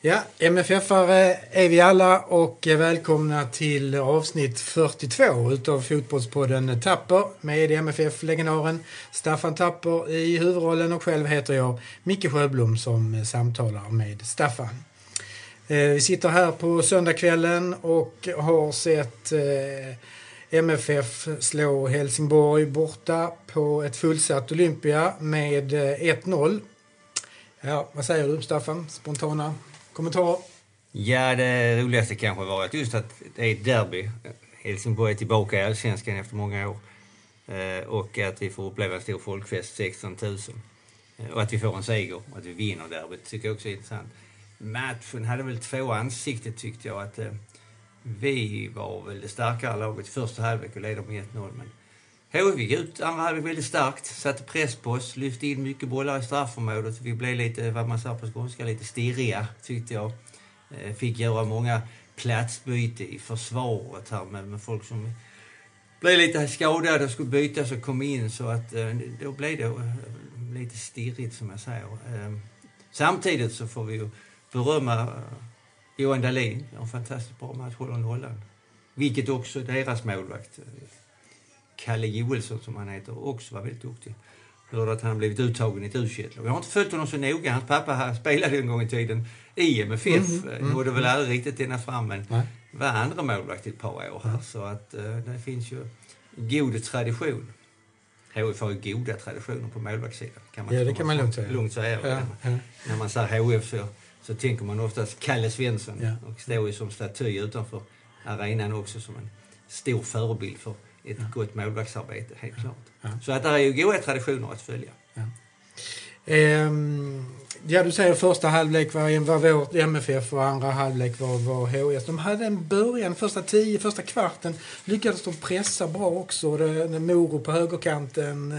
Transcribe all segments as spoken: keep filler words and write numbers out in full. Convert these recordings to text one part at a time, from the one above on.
Ja, M F F-are är vi alla och välkomna till avsnitt fyrtiotvå utav fotbollspodden Tapper med M F F-legendaren Staffan Tapper i huvudrollen och själv heter jag Micke Sjöblom som samtalar med Staffan. Vi sitter här på söndagskvällen och har sett M F F slå Helsingborg borta på ett fullsatt Olympia med ett noll. Ja, vad säger du Staffan? Spontana kommentarer? Ja, det roligaste kanske var att just att det är ett derby. Helsingborg är tillbaka i Allsvenskan efter många år. Och att vi får uppleva en stor folkfest, sexton tusen. Och att vi får en seger och att vi vinner derbyt tycker jag också är intressant. Matchen hade väl två ansikten tyckte jag. Att vi var väl det starkare laget första halvlek och ledde med ett noll. Men H F gick ut andra halvlek väldigt starkt, satte press på oss, lyfte in mycket bollar i straffområdet. Vi blev lite, vad man säger på skånska, lite stirriga tyckte jag. Fick göra många platsbyte i försvaret här med, med folk som blev lite skadade och skulle bytas och kom in. Så att då blev det lite stirrigt som jag säger. Samtidigt så får vi ju berömma Johan Dahlin. En fantastiskt bra match, håller nollan. Vilket också deras målvakt Kalle Joelsson som han heter också var väldigt duktig. Hörde att han blivit uttagen i ett U tjugoett. Jag har inte följt honom så noga. Hans pappa spelade en gång i tiden i M F F. Mm, mm, Nådde väl aldrig riktigt ena fram men nej. Var andra målvakt i ett par år här. Mm. Så att uh, det finns ju god tradition. H F har ju goda traditioner på målvaktssidan. Kan man ja, det kan man lugnt säga. Lugnt säga. Ja, ja. När man säger H F så, så tänker man oftast Kalle Svensson. Ja. Och står ju som staty utanför arenan också som en stor förebild för ett ja. gott målvaktsarbete, helt klart. Ja. Så att det är ju goda traditioner att följa. Ja, ehm, ja du säger första halvlek var, var vårt M F F och andra halvlek var, var H S. De hade en början, första tio, första kvarten lyckades de pressa bra också. Det, det Moro på högerkanten.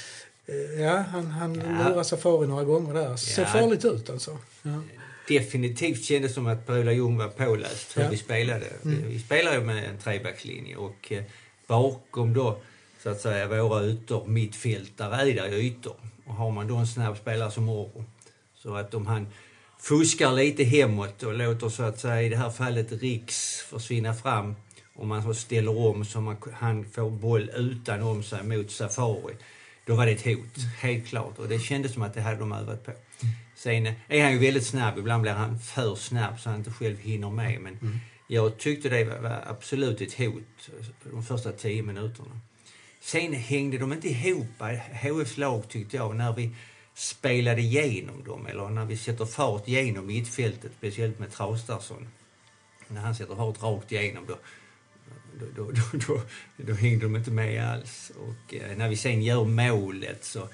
Ja, han, han ja. lurar Safari några gånger där. Ser ja. farligt ut alltså. Ja. Definitivt kändes som att Per-Ola Ljung var påläst hur ja. vi spelade. Mm. Vi, vi spelade ju med en trebackslinje och bakom då så att säga våra ytor, mittfältare är där ytor. Och har man då en snabb spelare som Moro så att om han fuskar lite hemåt och låter så att säga i det här fallet Riks försvinna fram och man så ställer om så man, han får boll utan om sig mot Safari, då var det ett hot, helt klart. Och det kändes som att det hade de övat på. Sen är han ju väldigt snabb, ibland blir han för snabb så han inte själv hinner med, men mm. jag tyckte det var, var absolut ett hot de första tio minuterna. Sen hängde de inte ihop, H Fs lag tyckte jag, när vi spelade igenom dem. Eller när vi sätter fart genom mittfältet, speciellt med Traustason. När han sätter fart rakt igenom då, då, då, då, då, då hängde de inte med alls. Och eh, när vi sen gör målet så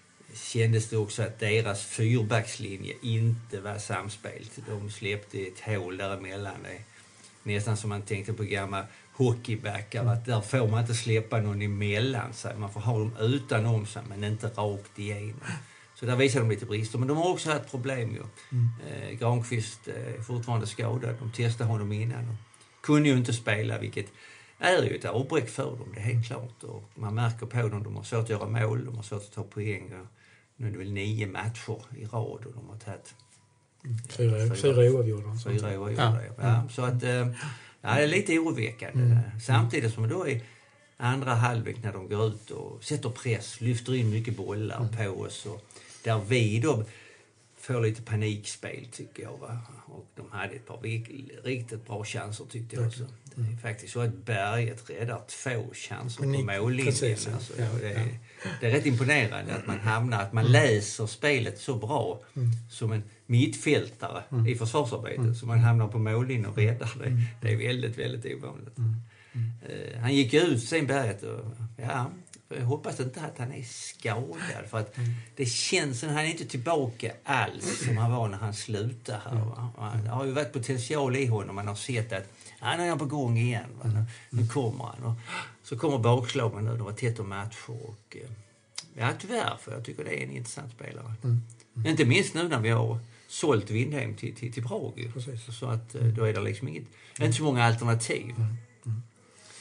kändes det också att deras fyrbackslinje inte var samspelt. De släppte ett hål däremellan. Nästan som man tänkte på gamla hockeybackar, att där får man inte släppa någon emellan sig. Man får ha dem utan om sig, men inte rakt igenom. Så där visar de lite brister. Men de har också haft problem ju. Mm. Eh, Granqvist är eh, fortfarande skadad. De testade honom innan. De kunde ju inte spela, vilket är ju ett avbräck för dem, det är helt klart. Och man märker på dem, de har svårt att göra mål, de har svårt att ta poäng. Nu är det väl nio matcher i rad och de har tagit mm. fyra, fyra, fyra oavgjorda. Fyra oavgjorda, ja. ja. Så att eh, ja, det är lite oroväckande. Mm. Samtidigt som då är andra halvlek när de går ut och sätter press, lyfter in mycket bollar mm. på oss. Och där vi då får lite panikspel tycker jag. Va? Och de hade ett par riktigt bra chanser tyckte jag också. Det är faktiskt så att Berget räddar två chanser på mållinjen. Precis, alltså, ja, det, är, ja. det är rätt imponerande att man hamnar, att man mm. läser spelet så bra mm. som en mittfältare mm. i försvarsarbetet. Mm. Så man hamnar på mållinjen och räddar det. Mm. Det är väldigt, väldigt ovanligt. Mm. Mm. Uh, han gick ut sen Berget och ja, jag hoppas inte att han är skadad för att mm. det känns som att han är inte tillbaka alls som han var när han slutade här. Va? Det har ju varit potential i honom, man har sett att han är på gång igen. Va? Mm. Nu kommer han och så kommer bakslagen nu, det var tätt och matcher och ja tyvärr för jag tycker det är en intressant spelare. Mm. Mm. Inte minst nu när vi har sålt Windheim till, till, till Prag. Precis. Så att då är det liksom inget, mm. inte så många alternativ. Mm.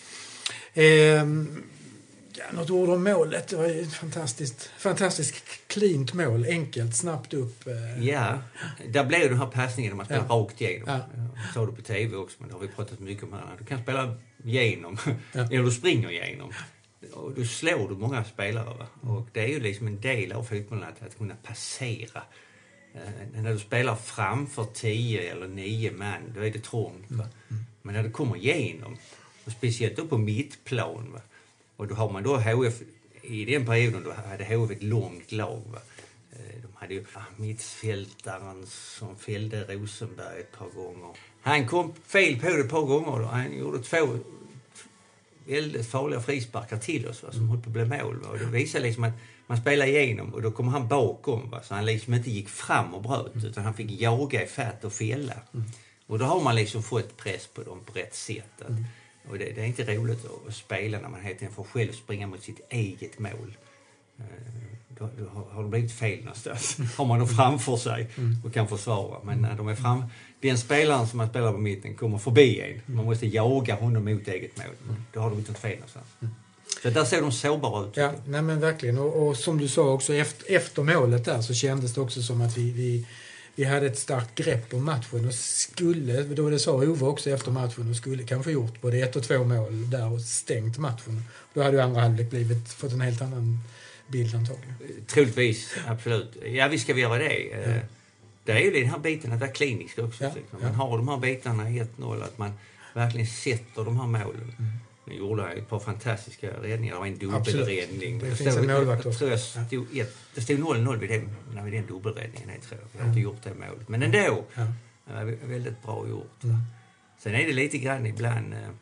Mm. Eh, Ja, något ord om målet. Det var ju en fantastisk, fantastisk cleant mål, enkelt, snabbt upp. Eh. Ja, där blev den här passningen när man spelar Ja. rakt igenom. Ja. Jag såg det på tv också, men det har vi pratat mycket om här. Du kan spela igenom, Ja. eller du springer igenom. Och då slår du många spelare. Va? Och det är ju liksom en del av fotbollen att, att kunna passera. Eh, när du spelar framför tio eller nio man, då är det trångt. Va? Mm. Men när du kommer igenom, och speciellt då på mittplan, va? Och då har man då H F, i den perioden då hade H F ett långt lag. Va? De hade ju ah, mittfältaren som fällde Rosenberg ett par gånger. Han kom fel på det ett par gånger. Då. Han gjorde två väldigt farliga frisparkar till oss, va, som höll på att bli mål. Va. Och det visar liksom att man spelar igenom och då kommer han bakom. Va, så han liksom inte gick fram och bröt, utan han fick jaga i fatt och fälla. Mm. Och då har man liksom fått press på dem på rätt sätt. Att, mm. Och det, det är inte roligt att, att spela när man helt enkelt får själv springa mot sitt eget mål. Då, då har det blivit fel någonstans. Har man dem framför sig och kan försvara. Men när de är fram, den spelaren som man spelar på mitten kommer förbi en. Man måste jaga honom mot eget mål. Då har de inte fel någonstans. Så där ser de sårbara ut. Ja, nej men verkligen. Och, och som du sa också, efter, efter målet där så kändes det också som att vi, vi, vi hade ett starkt grepp om matchen. Och skulle, då det sa Ove också efter matchen, och skulle kanske gjort både ett och två mål där och stängt matchen. Då hade ju andra halvlek blivit, fått en helt annan bild antagligen. Troligtvis, absolut. Ja, vi ska göra det. Ja. Det är ju den här biten att vara klinisk också. Ja, man ja. har de här bitarna i ett noll, att man verkligen sätter de här målen. Mm. Vi gjorde ett par fantastiska räddningar. Det var en dubbelräddning. Det, det, det finns stod, en målvakt också. Jag stod ja. ett, det stod noll noll vid den, när vi den dubbelräddningen. Jag tror. Vi har inte gjort det målet. Men ändå, ja. det var väldigt bra gjort. Mm. Sen är det lite grann ibland... Eh,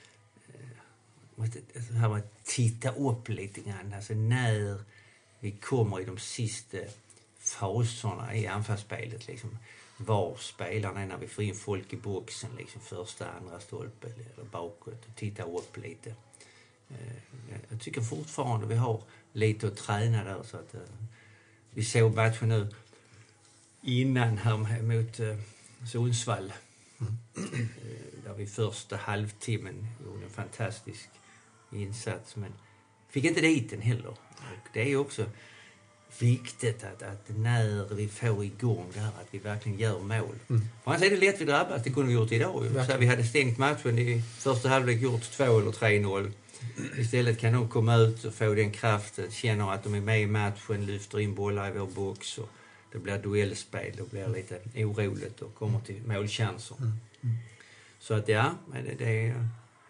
måste, alltså här var titta upp lite grann. Alltså när vi kommer i de sista faserna i anfallsspelet. Liksom, var spelarna är när vi får in folk i boxen. Liksom första, andra stolpen eller bakåt. Och titta upp lite. Eh, jag tycker fortfarande vi har lite att träna där. Så att, eh, vi såg matchen nu innan här mot eh, Sundsvall. Mm. Eh, där vi första halvtimmen gjorde en fantastisk insats, men fick inte dit den heller. Och det är ju också viktigt att, att när vi får igång det här, att vi verkligen gör mål. Mm. För annars är det lätt vi drabbas, det kunde vi gjort idag. Så vi hade stängt matchen i första halvlek, gjort två eller tre noll. Istället kan de komma ut och få den kraften, känner att de är med i matchen, lyfter in bollar i vår box och det blir duellspel, det blir lite oroligt och kommer till målchanser. Mm. Mm. Så att ja, det, det är...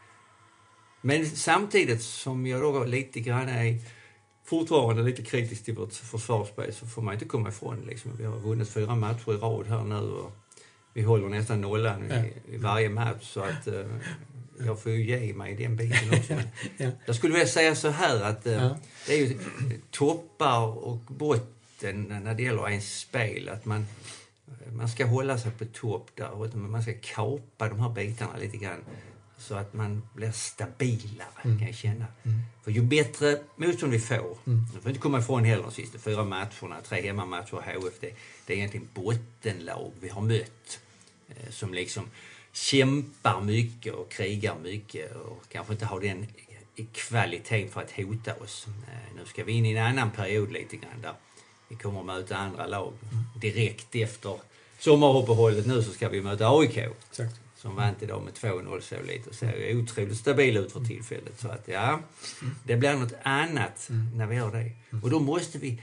Men samtidigt som jag då lite grann är fortfarande lite kritisk till vårt försvarsspel, så får man inte komma ifrån liksom. Vi har vunnit fyra matcher i rad här nu och vi håller nästan nollan ja. i, i varje match, så att uh, jag får ju ge mig den biten också. ja. Jag skulle vilja säga så här att uh, ja. det är ju toppar och botten när det gäller ens spel, att man man ska hålla sig på topp där och man ska kapa de här bitarna lite grann. Så att man blir stabilare, mm. kan jag känna. Mm. För ju bättre motstånd vi får, mm. då får inte komma ifrån heller de sista fyra matcherna, tre hemmamatcher och H F, det, det är egentligen bottenlag vi har mött. Eh, som liksom kämpar mycket och krigar mycket och kanske inte har den kvaliteten för att hota oss. Eh, nu ska vi in i en annan period lite grann där vi kommer att möta andra lag. Mm. Direkt efter sommaruppehållet nu så ska vi möta A I K. Exakt. Som vann idag med två noll, så lite och ser otroligt stabil ut för tillfället. Så att ja, det blir något annat mm. när vi gör det. Och då måste vi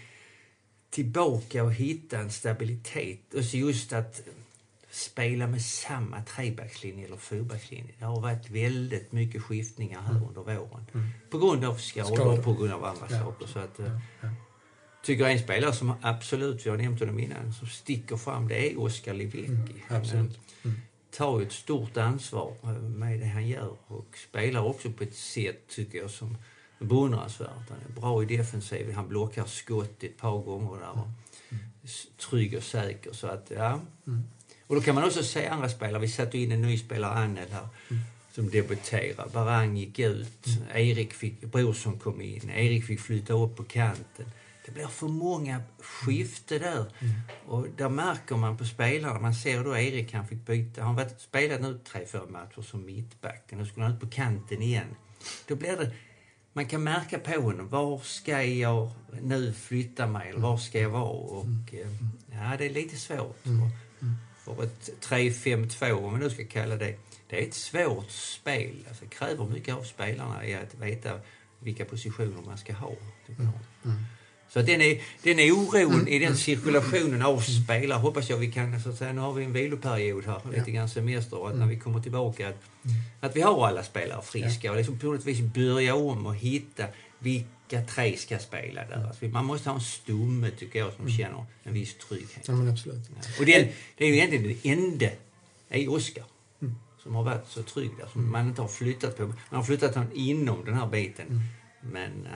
tillbaka och hitta en stabilitet. Och så just att spela med samma trebackslinje eller fyrbackslinje. Det har varit väldigt mycket skiftningar här mm. under våren. Mm. På grund av skador och på grund av andra ja. saker. Så att, ja. Ja. tycker en spelare som absolut, vi har nämnt honom innan, som sticker fram, det är Oskar Livecki. Mm. Absolut. Mm. Tar ju ett stort ansvar med det han gör och spelar också på ett sätt, tycker jag, som beundransvärt. Han är bra i defensiv, han blockar skott ett par gånger där och mm. trygg och säker. Så att, ja. Mm. Och då kan man också se andra spelare. Vi satte in en ny spelare, Annel här, mm. som debuterar. Barang gick ut, mm. Erik fick, Brorsson kom in, Erik fick flytta upp på kanten. Det blir för många skifte där. Mm. Och där märker man på spelarna. Man ser då Erik, han fick byta. Han har spelat nu tre, fyra matcher som mittback. Nu skulle han ut på kanten igen. Då blir det man kan märka på honom. Var ska jag nu flytta mig? Eller var ska jag vara? Och, ja, det är lite svårt. Mm. För ett tre fem två, om man nu ska kalla det, det är ett svårt spel. Alltså, det kräver mycket av spelarna i att veta vilka positioner man ska ha. Mm. Mm. Så den, är, den är oron mm. i den cirkulationen av spelare. Hoppas jag vi kan, så att säga, nu har vi en viloperiod här, lite grann semester, och att när vi kommer tillbaka att, att vi har alla spelare friska och liksom på något vis börja om och hitta vilka tre ska spela där. Alltså, man måste ha en stomme, tycker jag, som känner en viss trygghet. Ja, men absolut. Ja. Och det är, det är ju egentligen det enda är Oskar mm. som har varit så trygg där, som mm. man inte har flyttat på. Man har flyttat honom inom den här biten, mm. men uh,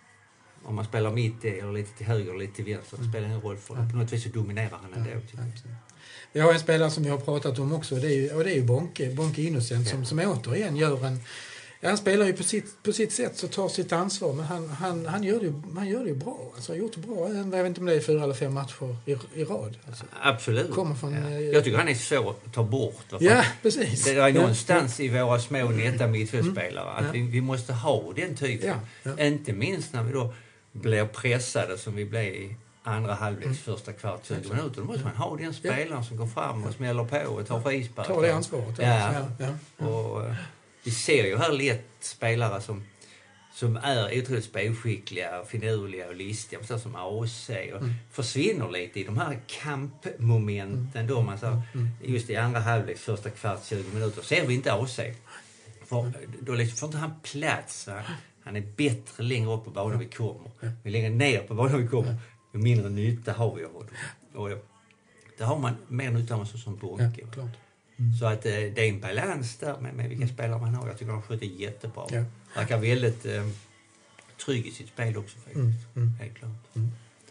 om man spelar mitt eller lite till höger eller lite till vänster, mm. spelar ingen roll för det. På något vis så dominerar han ändå. Ja, vi har en spelare som vi har pratat om också, det är ju, och det är ju Bonke, Bonke Innocent, ja. som, som återigen gör en... Ja, han spelar ju på sitt, på sitt sätt, så tar sitt ansvar, men han, han, han, gör, det ju, han gör det ju bra. Alltså, han har gjort det bra. Jag vet inte om det är fyra eller fem matcher i, i rad. Alltså. Absolut. Kommer från, ja. Jag tycker han är svår att ta bort. Ja, precis. Det är någonstans ja. i våra små nätta mittfältspelare att ja. vi, vi måste ha den typen. Ja. Ja. Inte minst när vi då blir pressade som vi blev i andra halvleks mm. första kvart, tjugo minuter. Då måste man ha den spelaren ja. som går fram och smäller på och tar frispark. Ta det ansvaret. Ja. Ja. Ja. Ja. Och, vi ser ju här lätt spelare som, som är otroligt spelskickliga, finurliga och listiga, så som A C, och mm. försvinner lite i de här kampmomenten mm. då man så, just i andra halvlek, första kvart, tjugo minuter, ser vi inte A C. För då liksom får inte han plats. Han är bättre längre upp på banan vi kommer. Vi längre ner på banan vi kommer, ju mindre nytta har vi av honom. Och där har man mer nytta av en sån som Bonke. Ja, klart. Mm. Så att eh, det är en balans där med, med vilka mm. spelare man har. Jag tycker de sköter jättebra. Ja. Verkar väldigt eh, trygg i sitt spel också faktiskt. Mm. Mm. Helt klart. Mm.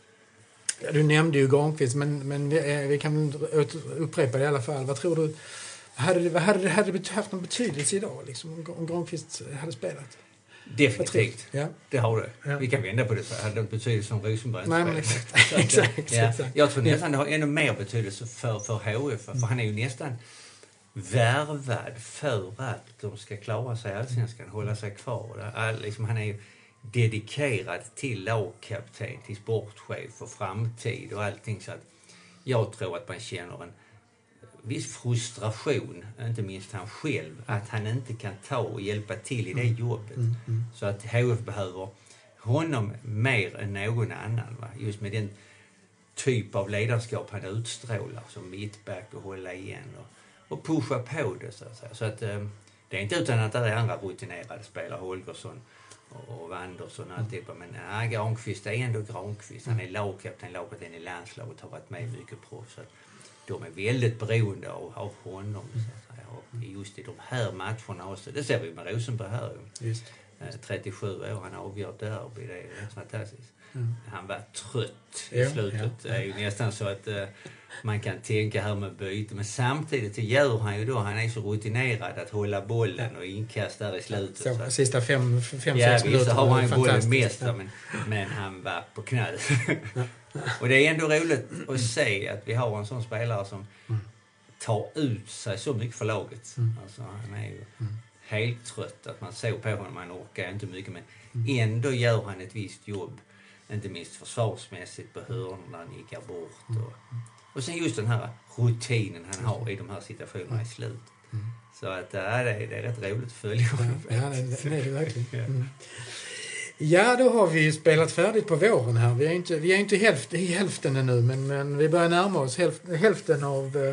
Ja, du nämnde ju Granqvist, men, men vi, vi kan upprepa det i alla fall. Vad tror du, hade det, hade det, hade det haft någon betydelse idag liksom, om Granqvist hade spelat? Definitivt. Ja. Det har det. Ja. Vi kan vända på det, så hade det betydelse som Rosenberg. Nej, men exakt. exakt, ja. exakt. Jag tror nästan det har ännu mer betydelse för, för H F. För mm. han är ju nästan värvad för att de ska klara sig, allsvenskan, hålla sig kvar. All, liksom, han är ju dedikerad till lagkapten, till sportchef och framtid och allting. Så att jag tror att man känner en viss frustration, inte minst han själv, att han inte kan ta och hjälpa till i det jobbet. Mm, mm. Så att H F behöver honom mer än någon annan. Va? Just med den typ av ledarskap han utstrålar som mittback och hålla igen och, och pusha på det. Så att, säga. Så att eh, det är inte utan att det är andra rutinerade spelare, Holgersson och, och Wanderson och allt det. Men ja, Granqvist är ändå Granqvist. Han är lagkapten, lagkapten i landslaget, har varit med mycket proffs. Så att de är väldigt beroende av, av honom. Så att säga. Och just i de här matcherna också. Det ser vi med Rosenberg här. Just. trettiosju år, han avgör derby. Det är fantastiskt. Mm. Han var trött i ja, slutet. Ja. Det är ju nästan så att uh, man kan tänka här med byte. Men samtidigt så gör han ju då, han är så rutinerad att hålla bollen och inkast där i slutet. Så, så sista fem, fem ja, sex minuter. Ja, har han ju bollen mest, ja. men, men han var på knä. Ja. Och det är ändå roligt att se att vi har en sån spelare som mm. tar ut sig så mycket för laget. Mm. Alltså, han är ju mm. helt trött. Att man såg på honom, man orkar inte mycket, men mm. ändå gör han ett visst jobb. Inte minst försvarsmässigt på hörnorna, han gick bort. Och, och sen just den här rutinen han har i de här situationerna i slut. Mm. Så att äh, det, är, det är rätt roligt att följa honom. Ja, ja det, det är det verkligen. Mm. Ja, då har vi spelat färdigt på våren här. Vi är inte, vi är inte i, hälft, i hälften ännu, men, men vi börjar närma oss hälf, hälften av, eh,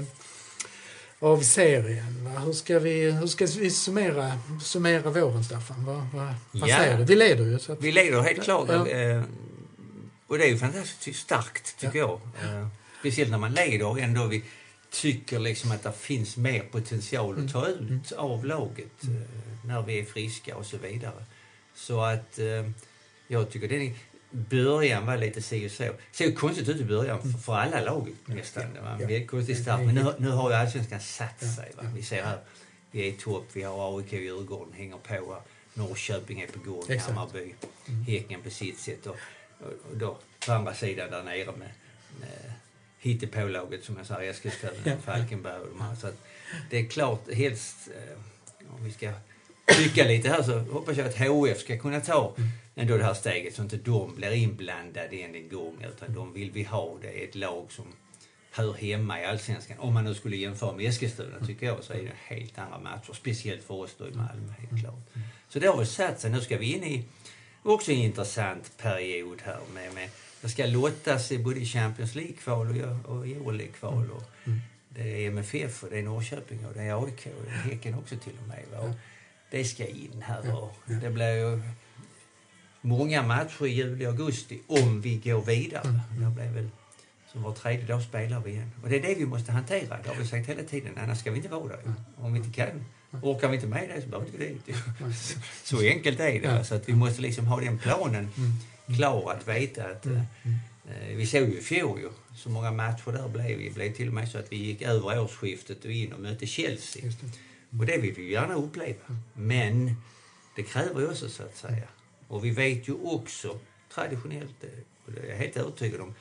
av serien. Va? Hur ska vi, hur ska vi summera, summera våren, Staffan? Va, va, vad ja. säger du? Vi leder ju. Så att, vi leder helt klart. Ja. Eh, och det är ju fantastiskt starkt, tycker ja. jag. Eh, speciellt när man leder och ändå vi tycker liksom att det finns mer potential att ta ut mm. av laget eh, när vi är friska och så vidare. Så att eh, jag tycker den början var lite si och så. Det ser ju konstigt ut i början för, för alla lag nästan. Det var en ja. väldigt konstig start. Men nu, nu har ju allsvenskan satt sig. Va? Vi ser här, vi är i topp, vi har A I K, Djurgården hänger på. Va? Norrköping är på gång, Hammarby, mm. Häcken på sitt sätt. Och, och, och då på andra sidan där nere med, med hittepålaget som jag sa, Eskilstuna, ja. Falkenberg och de här. Så att det är klart, helst eh, om vi ska tycka lite här så hoppas jag att H F ska kunna ta ändå det här steget så inte de blir inblandade än en gång utan de vill vi ha det ett lag som hör hemma i Allsvenskan. Om man nu skulle jämföra med Eskilstuna tycker jag så är det helt andra matcher. Speciellt för oss då i Malmö helt klart. Så det har väl satt sig. Nu ska vi in i också en intressant period här med, med det ska lottas i både Champions League-kval och, och Euroleague-kval. Och mm. Det är M F F och det är Norrköping och det är A I K och det är Häcken också till och med. Va? Och det ska in här och det blir ju många matcher i juli och augusti om vi går vidare. Det blir väl som var tredje dag spelar vi igen. Och det är det vi måste hantera. Det har vi sagt hela tiden. Annars ska vi inte vara där. Om vi inte kan. Och kan vi inte med det så behöver vi inte gå dit. Så enkelt är det. Så att vi måste liksom ha den planen klar att veta att mm. eh, vi såg ju i fjol ju så många matcher där blev vi blev till och med så att vi gick över årsskiftet och in och mötte Chelsea. Och det vill vi gärna uppleva. Men det kräver ju också så att säga. Och vi vet ju också traditionellt, och det är jag helt övertygad om,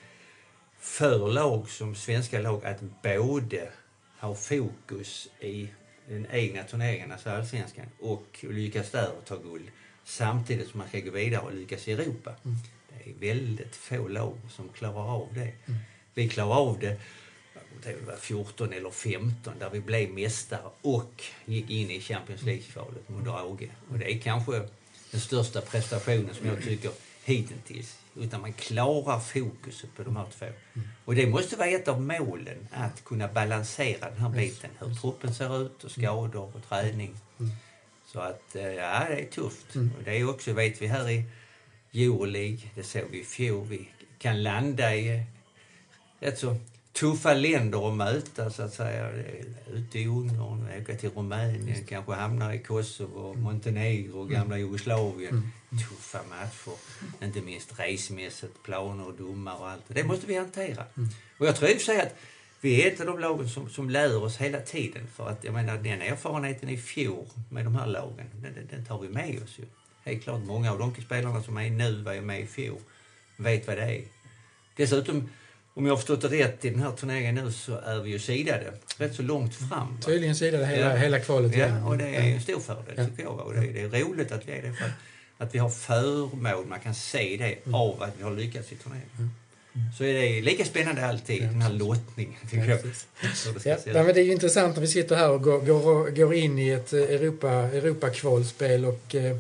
för lag som svenska lag att både ha fokus i den egna turneringen, alltså Allsvenskan, och lyckas där och ta guld samtidigt som man ska gå vidare och lyckas i Europa. Mm. Det är väldigt få lag som klarar av det. Mm. Vi klarar av det, det var fjorton eller femton där vi blev mästare och gick in i Champions League-kvalet under Auge. Och det är kanske den största prestationen som jag tycker hittills. Utan man klarar fokuset på de här två. Mm. Och det måste vara ett av målen att kunna balansera den här biten. Hur truppen ser ut och skador och träning. Mm. Så att, ja, det är tufft. Mm. Och det är också, vet vi här i Euroleague, det såg vi i fjol, vi kan landa i rätt så tuffa länder att möta, så att säga. Ute i Ungern, åka till Rumänien, mm. kanske hamnar i Kosovo, Montenegro, gamla Jugoslavien. Mm. Tuffa matcher, inte minst resmässigt, planer och domar och allt. Det måste vi hantera. Mm. Och jag tror i och för sig att vi är ett av de lagen som, som lär oss hela tiden. För att jag menar, den erfarenheten i fjol med de här lagen, den, den tar vi med oss ju. Helt klart, många av de spelarna som är nu var ju med i fjol vet vad det är. Dessutom, om jag har förstått det rätt i den här turneringen nu så är vi ju sidade rätt så långt fram. Tydligen sidade hela, ja. hela kvalet. Ja, igen. Och det är ju en stor fördel ja. tycker jag. Och det, det är roligt att vi är det för att vi har förmån, man kan se det mm. av att vi har lyckats i turneringen. Mm. Så är det lika spännande alltid, ja, den här lottningen, tycker ja, jag. Ja, men det är ju intressant när vi sitter här och går, går, går in i ett Europa, Europa-kvalspel och eh,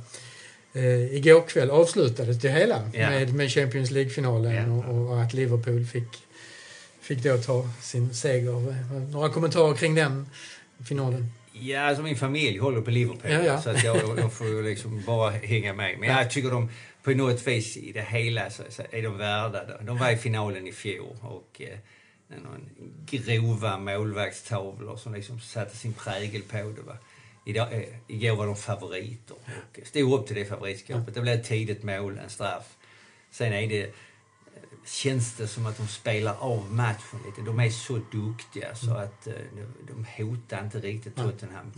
igår kväll avslutades det hela ja. med, med Champions League-finalen ja. och, och att Liverpool fick, fick då ta sin seger. Några kommentarer kring den finalen? Ja, alltså min familj håller på Liverpool ja, ja. så att jag, jag får liksom bara hänga med. Men jag tycker de på något vis i det hela så, så är de värda. De var i finalen i fjol och eh, någon grova målvaktstavlor som liksom satte sin prägel på det. Va? Idag, eh, igår var de favoriter och stod upp till det favoritskapet. Det blev ett tidigt mål, en straff. Sen är det, känns det som att de spelar av matchen lite. De är så duktiga så att eh, de hotar inte riktigt Tottenham.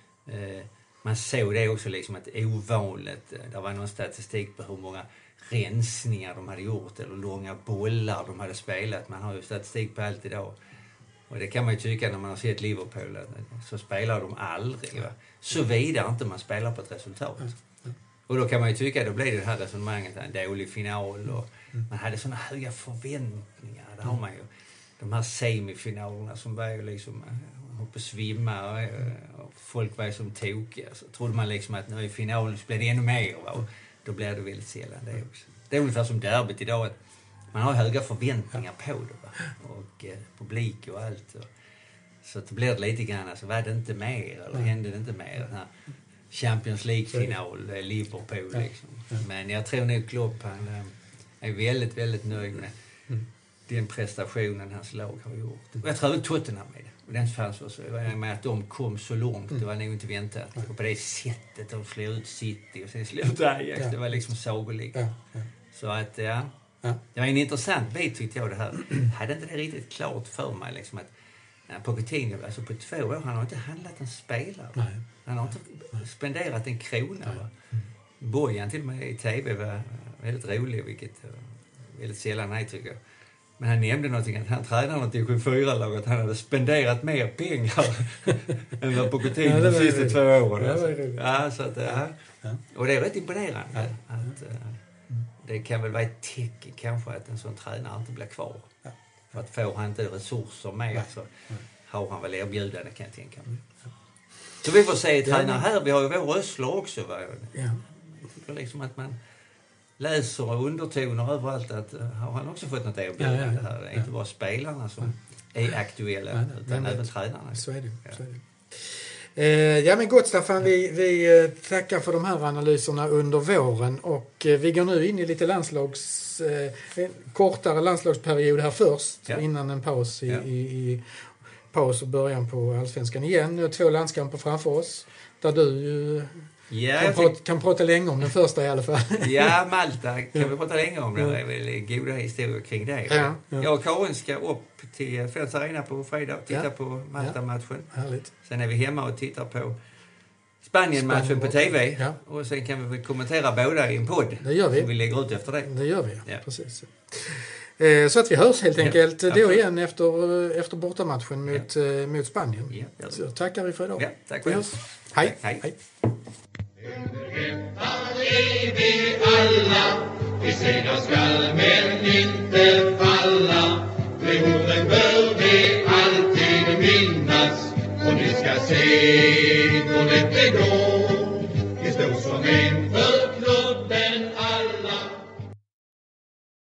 Eh, man såg det också liksom att ovanligt. Det var någon statistik på hur många rensningar de hade gjort eller långa bollar de hade spelat. Man har ju statistik på allt idag. Och det kan man ju tycka när man har sett Liverpool, så spelar de aldrig. Va? Så vidare inte man spelar på ett resultat. Och då kan man ju tycka, då blir det här resonemanget en dålig final och man hade såna höga förväntningar. Det har man ju. De här semifinalerna som var ju liksom uppe svimma och, och folk var ju som tokiga. Så trodde man liksom att nu i finalen så blev det ännu mer. Va? Och då blir det väldigt sällan det också. Det är ungefär som derbyt idag att man har höga förväntningar på det. Va? Och eh, publik och allt. Och, så det blir det lite grann, alltså, var det inte mer eller hände det inte mer? Den här Champions League-final, Liverpool liksom. Men jag tror nog Klopp, han är väldigt, väldigt nöjd med mm. den prestationen hans lag har gjort. Och jag tror att Tottenham med det. Och den fanns också. Med att de kom så långt, det var nog inte väntat. Och på det sättet de slog ut City och sen slog ut Ajax. Det var liksom sagolikt. Så att, ja. Det var en intressant bit tyckte jag det här. Hade inte det riktigt klart för mig liksom att Pochettino, alltså på två år, han har inte handlat en spelare. Nej. Han har inte Nej. spenderat en krona. Va? Mm. Bojan till och med i tv var väldigt rolig, vilket väldigt sällan nej tycker jag. Men han nämnde någonting att han tränar något i K fyra-laget. Han hade spenderat mer pengar än vad Pochettino ja, de sista två åren. Ja, alltså. det ja, så att, ja. Ja. Och det är rätt imponerande. Ja. Att, uh, det kan väl vara ett tecken kanske att en sån tränare inte blir kvar. Ja. För att får han inte resurser med ja. så har han väl erbjudande kan jag tänka mig. Ja. Så vi får se tränare här. Vi har ju vår röstler också. Va? Ja. Jag liksom att man läser och undertoner överallt att uh, har han också fått något erbjudande ja, ja, ja. här. Det är inte bara spelarna som ja. är aktuella ja, utan även tränarna. Så är det. Ja. Så är det. Eh, ja men gott Staffan, vi, vi tackar för de här analyserna under våren och eh, vi går nu in i lite landslags, eh, en kortare landslagsperiod här först ja. innan en paus i, ja. i, i paus och början på Allsvenskan igen. Nu har två landskamper framför oss där du ju ja, kan, prata, fick... kan prata länge om den första i alla fall. Ja, Malta kan vi prata länge om. Det är väl goda historier kring det. Ja, ja. Jag och Karin ska upp till Friends Arena på fredag och titta ja. på Malta-matchen. Ja, härligt. Sen är vi hemma och tittar på Spanien-matchen Spanien på tv. Ja. Och sen kan vi väl kommentera båda i en podd. Det gör vi. Som vi lägger ut efter det. Det gör vi, ja. Precis. Så att vi hörs helt enkelt ja, då igen efter, efter bortamatchen mot, ja. mot Spanien. Ja, så tackar vi för idag. Ja, tack för oss. Hej. Hej. Hej. Är vi alla, vi segrar skall men inte falla. De orden bör vi alltid minnas och ni ska se på det går.